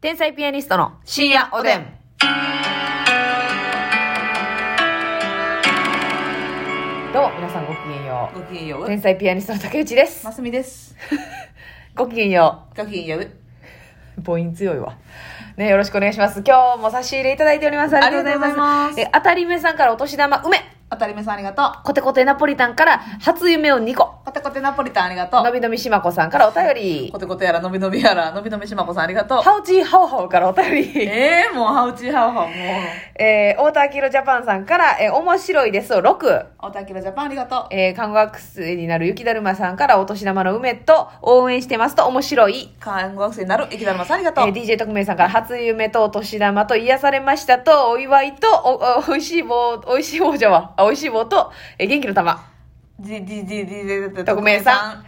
天才ピアニストの深夜おでん。どうも皆さんごきげんよう。 ごきげんよう。 天才ピアニストの竹内です。 ますみです。 ごきげんよごきげんよう。 う。母音強いわ。ね、よろしくお願いします。今日も差し入れいただいております。ありがとうございます。当たり目さんからお年玉梅。 当たり目さんありがとう。 コテコテナポリタンから初夢を2個。 コテコテナポリタンありがとう。 のびのびしまこさんからお便り。 コテコテやらのびのびやらのびのびしまこさんありがとう。 ハウチーハオハオからお便り。 もうハウチーハウハウもう。 太田明宏ジャパンさんから、面白いですを6。 太田明宏ジャパンありがとう。 看護学生になる雪だるまさんからお年玉の梅と応援してますと面白い。 看護学生になる雪だるまさんありがとう。 DJ 特命さんから初夢とお年玉と癒されましたとお祝いとおいしい棒と元気の玉。 DJ 特命さん。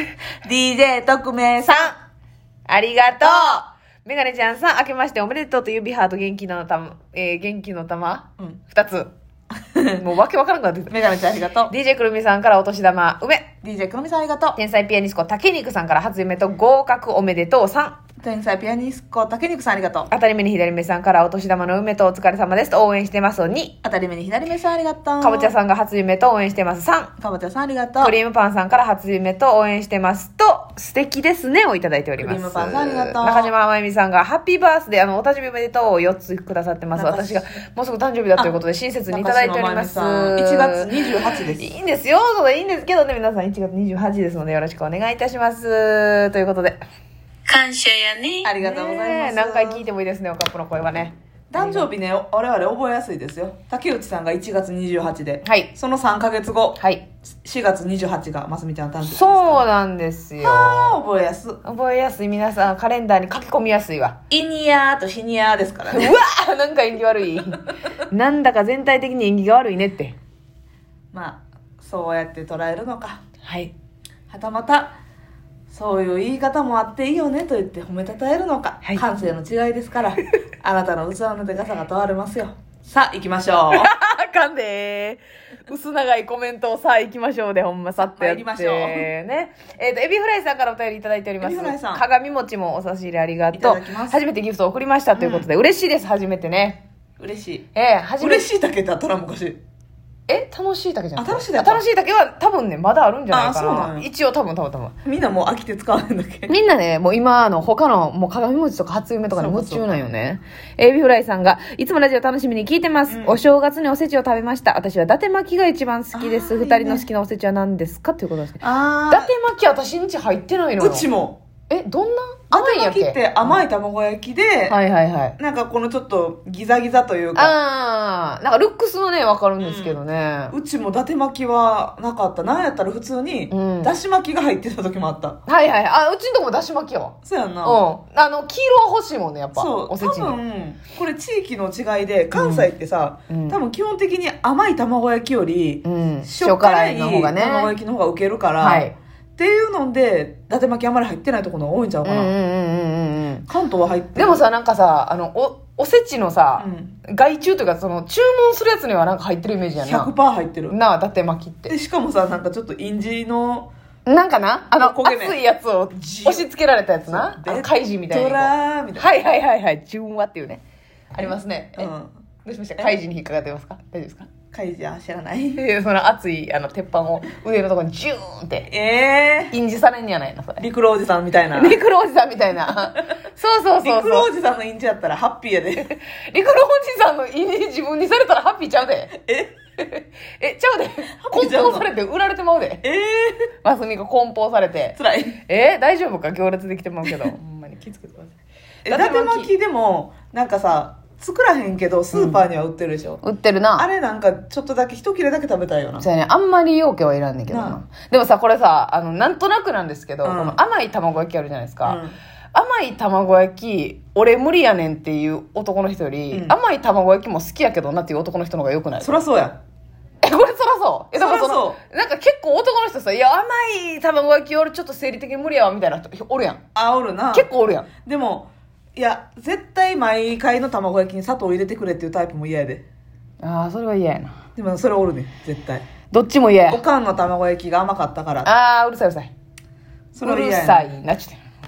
DJ 特命さん。 ありがとう。メガネちゃんさん、明けましておめでとうと指ハート元気の玉、元気の玉、2つ。もうわけわからんくなってきた。 メガネちゃんありがとう。 DJ くるみさんからお年玉、梅。 DJ くるみさんありがとう。 天才ピアニスト、竹肉さんから初夢と合格おめでとう3。 天才ピアニスト、竹肉さんありがとう。 当たり目に左目さんからお年玉の梅とお疲れ様ですと応援してます2。 当たり目に左目さんありがとう。 かぼちゃさんが初夢と応援してます3。 かぼちゃさんありがとう。 クリームパンさんから初夢と応援してますと素敵ですねをいただいております。 クリームパンさんありがとう。 中島あゆみさんがハッピーバースデーお誕生日おめでとうを4つくださってます。私がもうすぐ誕生日だということで親切にいただいております。 1月28です。 いいんですよ。そういいんですけどね、皆さん1月28ですのでよろしくお願いいたしますということで感謝やね。 ありがとうございます。 何回聞いてもいいですね、おかっぽの声はね。 誕生日ね、我々覚えやすいですよ。竹内さんが1月28で、 はい、 その3ヶ月後、 はい、 4月28がますみちゃんの誕生日です。 そうなんですよ。 覚えやす。 覚えやすい。皆さんカレンダーに書き込みやすいわ。 イニアーとシニアーですからね。 うわー、なんか縁起悪い。なんだか全体的に縁起が悪いねって。 まあそうやって捉えるのか、 はい、 はたまたそういう言い方もあっていいよねと言って褒めたたえるのか、はい、感性の違いですからあなたの器のでかさが問われますよ。さあ行きましょう。 あかんでー。薄長いコメントをさあ行きましょうで、ほんまさってやって、 参りましょうね。エビフライさんからお便りいただいております。 エビフライさん、 鏡餅もお差し入れありがとう。 いただきます。 初めてギフトを送りましたということで、嬉しいです。初めてね。 嬉しい。 嬉しいだけだったら昔。 楽しいだけじゃん。 楽しいだけは多分ねまだあるんじゃないかな。 そうなの。 一応多分みんなもう飽きて使わないんだっけ。 みんなねもう今他のもう鏡餅とか初夢とかに夢中なんよね。エビフライさんがいつもラジオ楽しみに聞いてます、お正月におせちを食べました。私は伊達巻きが一番好きです。二人の好きなおせちは何ですかということですね。伊達巻き私んち入ってないのよ。 うちも。 どんな甘い焼きって甘い卵焼きで、 はいはいはい、 なんかこのちょっとギザギザというか、 なんかルックスのね分かるんですけどね、 うちも伊達巻きはなかった。なんやったら普通にだし巻きが入ってた時もあった、 はいはい。うちんとこもだし巻きやわ。 そうやんな。 黄色は欲しいもんねやっぱ。 そうおせちに多分これ地域の違いで関西ってさ、多分基本的に甘い卵焼きより、 塩辛いの方がね卵焼きの方がウケるから、 はいっていうので伊達巻きあんまり入ってないところが多いんちゃうかな。関東は入ってる。 でもさなんかさおせちのさ、外注というかその注文するやつにはなんか入ってるイメージやな。 100% 入ってるなあ伊達巻きって。 でしかもさなんかちょっと印字のなんかな焦げ目熱いやつを押し付けられたやつな。怪人みたいな。 トラーみたいな。 はい純和っていうねありますね。どうしました？怪人に引っかかってますか？大丈夫ですか？ 怪人知らない。 その熱い鉄板を腕のところにジューンって印字されんやないのそれ。 陸路おじさんみたいな。 陸路おじさんみたいな。そう陸路おじさんの印字やったらハッピーやで。 陸路おじさんの印字自分にされたらハッピーちゃうで。ちゃうで。梱包されて売られてまうで。マスミが梱包されて。 つらい。 大丈夫か？行列できてまうけど。ほんまに気つけてください。 伊達巻きでもなんかさ作らへんけどスーパーには売ってるでしょ、 売ってるな。 あれなんかちょっとだけ一切れだけ食べたいよな。 そうやね。あんまり容器はいらんねんけどな。でもさこれさなんとなくなんですけど、この甘い卵焼きあるじゃないですか、甘い卵焼き俺無理やねんっていう男の人より、甘い卵焼きも好きやけどなっていう男の人の方がよくない？ そりゃそうや。 これそらそう。でもなんか結構男の人さ、いや甘い卵焼き俺ちょっと生理的に無理やわみたいな人おるやん。 おるな。 結構おるやん。 でもいや絶対毎回の卵焼きに砂糖入れてくれっていうタイプも嫌やで。 それは嫌やな。 でもそれおるね絶対。 どっちも嫌や。 おかんの卵焼きが甘かったから。 うるさい。 それは嫌や。 うるさいなっちゃって。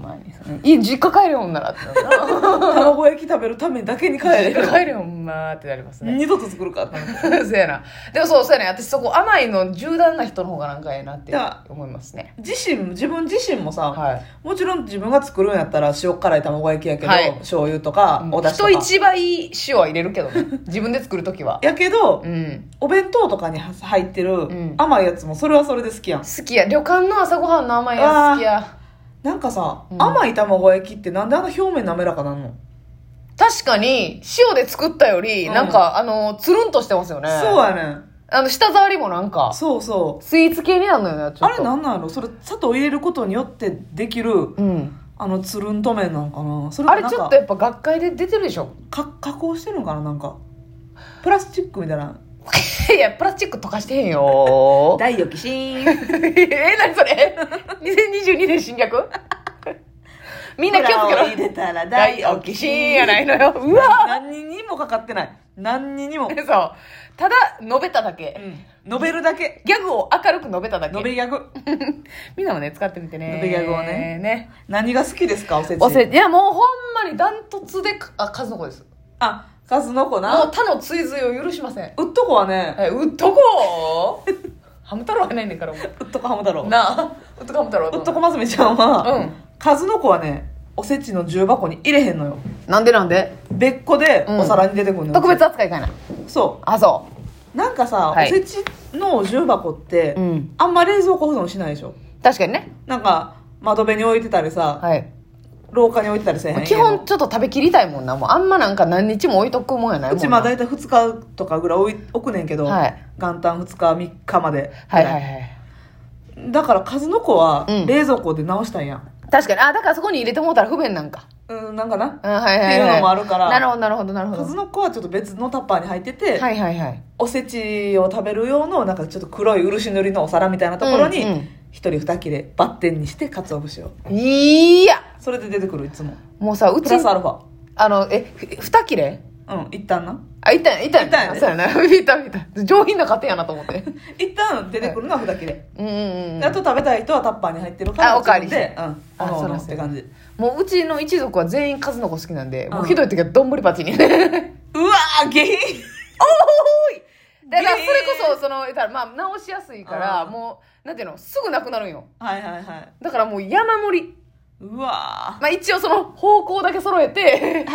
まに。実家帰れよほんならってなるな。 卵焼き食べるためだけに帰れる。 実家帰れよほんまってなりますね。 二度と作るかってなる。 そうやな。でもそうやね。私そこ甘いの柔軟な人の方がなんかええなって思いますね。 自分自身もさ、 はい、 もちろん自分が作るんやったら塩辛い卵焼きやけど、 はい、 醤油とかお出汁とか人一倍塩は入れるけどね。自分で作るときは。 やけど、 うん、 お弁当とかに入ってる甘いやつもそれはそれで好きやん。 好きや。旅館の朝ごはんの甘いやつ好きや。 なんかさ、甘い卵焼きってなんであの表面滑らかなんの？ 確かに塩で作ったより、なんかつるんとしてますよね。 そうやねん。 舌触りもなんかそうそうスイーツ系になるのよね。ちょっとあれなんなの？それ砂糖入れることによってできる、つるんと麺なんかな。それあれちょっとやっぱ学会で出てるでしょ。 加工してるのかな。なんかプラスチックみたいな。 いやプラスチック溶かしてへんよ。 大よきしーん。 何それ2022年侵略みんな気をつけろ。 入れたら大おきしーんやないのよ。うわ何にもかかってない。何にも。 そうただ述べただけ、 述べるだけ。 ギャグを明るく述べただけ。 述べギャグ。 みんなもね使ってみてね。 述べギャグをね。何が好きですか？おせち。 いやもうほんまにダントツで数の子です。 数の子な。 もう他の追随を許しません。 うっとこはね。 うっとこハム太郎はないねんからもう。 うっとこハム太郎。 なあ。うっとこハム太郎。 うっとこますみちゃんは、数の子はね、おせちの重箱に入れへんのよ。 なんで別個でお皿に出てくるのよ。 特別扱いかいな。 そう。 そうなんかさ、おせちの重箱って、あんま冷蔵庫保存しないでしょ。 確かにね。 なんか窓辺に置いてたりさ、廊下に置いてたりせえへん。 基本ちょっと食べきりたいもんな。もうあんまなんか何日も置いとくもんやないもんな。 うちまあ大体2日とかぐらい置くねんけど、元旦2日3日まで。だから数の子は冷蔵庫で直したんや。 確かに。だからそこに入れてもうたら不便なんか。 なんかな。っていいうのもあるから。 なるほど。 数の子はちょっと別のタッパーに入ってて、おせちを食べる用のなんかちょっと黒い漆塗りのお皿みたいなところに、一人二切れバッテンにして鰹節を。 いやそれで出てくるいつも。 もうさ、うち。 プラスアルファ。 二切れ？ 一旦な。 一旦やね。そうやな。いた。上品な家庭やなと思って。 一旦出てくるのは二切れ。あと食べたい人はタッパーに入ってるから。 おかわりして。 そうって感じ。 もううちの一族は全員数の子好きなんで、もうひどい時は丼鉢に。うわー、下品。 おーいだからそれこそ、まあ、直しやすいから、もう、なんていうの、すぐなくなるんよ。だからもう山盛り。 うわまあ一応その方向だけ揃えて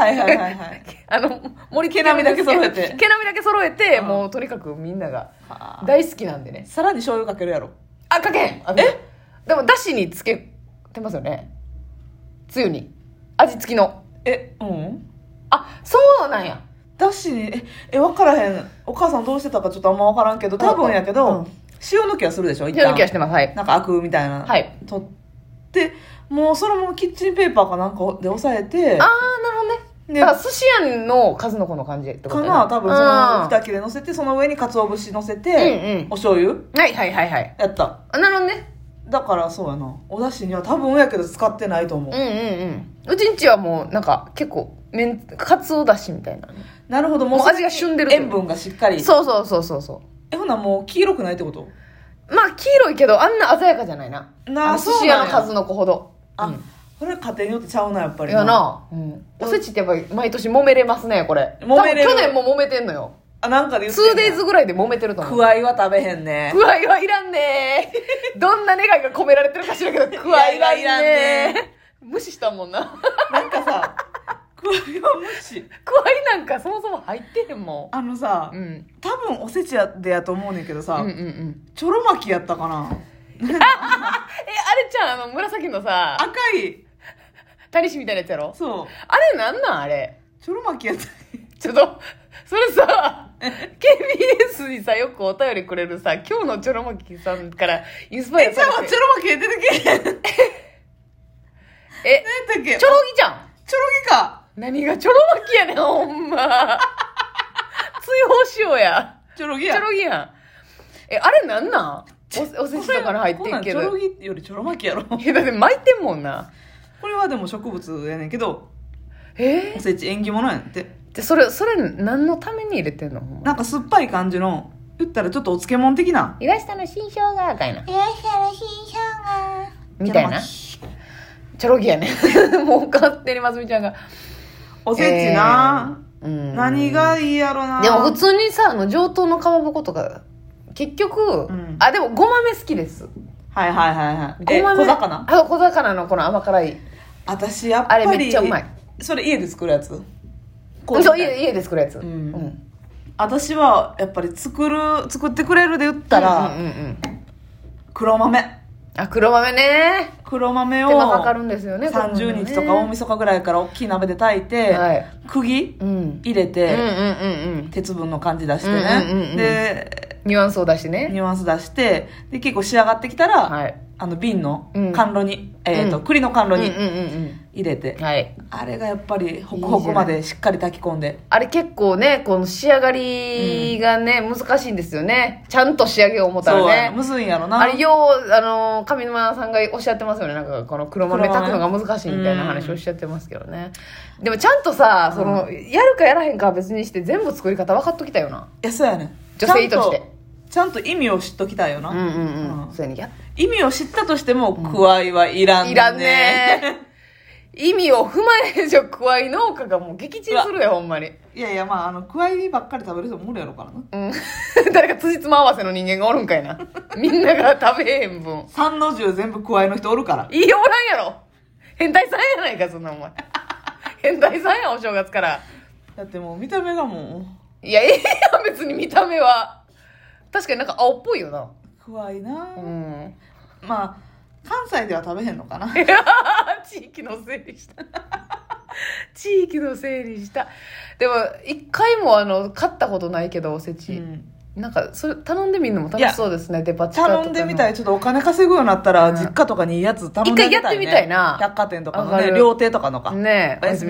毛並みだけ揃えてもうとにかくみんなが大好きなんでね。 さらに醤油かけるやろ。 かけん。でもだしにつけてますよね。つゆに味付きの。そうなんや。 だしに分からへん。お母さんどうしてたかちょっとあんま分からんけど、多分やけど、塩抜きはするでしょ。 塩抜きはしてます。 なんかアクみたいな取ってもうそのままキッチンペーパーかなんかで押さえて。 なるほどね。だから寿司屋の数の子の感じってことかな。多分その二切れ乗せて、その上に鰹節乗せて、お醤油やった。 なるほどね。 だからそうやな。お出汁には多分やけど使ってないと思う。 うちんちはもうなんか結構かつおだしみたいな。 なるほど。 もう味が旬でる。 塩分がしっかり。 そう。 ほなもう黄色くないってこと？ まあ黄色いけどあんな鮮やかじゃないな。寿司屋の数の子ほど。 これ家庭によってちゃうな、やっぱり。 いやな。おせちってやっぱり毎年揉めれますね、これ。去年も揉めてんのよ。 なんかで言ってんの。 2days ぐらいで揉めてると思う。 くわいは食べへんね。 くわいはいらんね。どんな願いが込められてるか知らんけど、くわいはいらんね。無視したもんな。 なんかさ、くわいは無視。 くわいなんかそもそも入ってへんもん。 多分おせちでやと思うねんけどさ、ちょろまきやったかな。 あれちゃん、紫のさ、 赤い谷氏みたいなやつやろ。 そう。 あれなんなんあれ。 ちょろまきやった。 ちょっと、それさ、KBS にさ、よくお便りくれるさ、今日のちょろまきさんからインスパイアされて。 ちょろまき出てけへん。何やったっけ？ ちょろぎじゃん。 ちょろぎか。 何がちょろまきやねん、ほんま。追放しようや。 ちょろぎやん。 あれなんなんおせちとかに入ってんけど。 ちょろぎよりちょろまきやろ。 いや、だって巻いてんもんな。 これはでも植物やねんけど、おせち縁起物やねんって。 で、それ何のために入れてんの？ なんか酸っぱい感じの、言ったらちょっとお漬物的な。 岩下の新生姜かいな。 いらっしゃい新生姜みたいな。 チャロギやねもう勝手にますみちゃんがおせちな、 うん何がいいやろな。 でも普通にさ上等のかまぼことか結局、あでもごまめ好きです。 はいはいはいはい。 ごまめ小魚？ 小魚のこの甘辛い私やっぱりあれめっちゃうまい。 それ家で作るやつ？ そう家で作るやつ、 私はやっぱり作ってくれるで言ったら、黒豆。 黒豆ね。 黒豆を手間かかるんですよね。 30日とか大晦日ぐらいから大きい鍋で炊いて、釘入れて、鉄分の感じ出してね、でニュアンスを出してね。 ニュアンス出してで結構仕上がってきたら、瓶の甘露に、栗の甘露に入れて、あれがやっぱりホクホクまでしっかり炊き込んで、 あれ結構ねこの仕上がりがね、難しいんですよね。ちゃんと仕上げを思ったらね、 むずいんやろな。 あれ上沼さんがおっしゃってますよね。なんかこの黒豆炊くのが難しいみたいな話をおっしゃってますけどね。でもちゃんとさ、そのやるかやらへんかは別にして全部作り方分かっときたよな。 いやそうやね。 女性としてちゃんと意味を知っときたいよな。 そうやね。 意味を知ったとしても、くわいはいらんね。 いらんね。意味を踏まえじゃくわい農家がもう撃沈するよほんまに。 いやいやまあくわいばっかり食べる人もおるやろからな。 誰か辻褄合わせの人間がおるんかいな。みんなが食べへん分。 三の重全部くわいの人おるから。 いいおらんやろ。変態さんやないかそんなお前。変態さんやお正月から。 だってもう見た目がもう。いや別に見た目は確かになんか青っぽいよな。 くわいな。まあ関西では食べへんのかな。 地域のせいにした地域のせいにした。でも一回も買ったことないけどおせち、なんかそれ頼んでみるのも楽しそうですね。デパ地下とか頼んでみたい。ちょっとお金稼ぐようになったら、実家とかにいいやつ頼んでみたいね。 一回やってみたいな。 百貨店とかのね、料亭とかのかねえ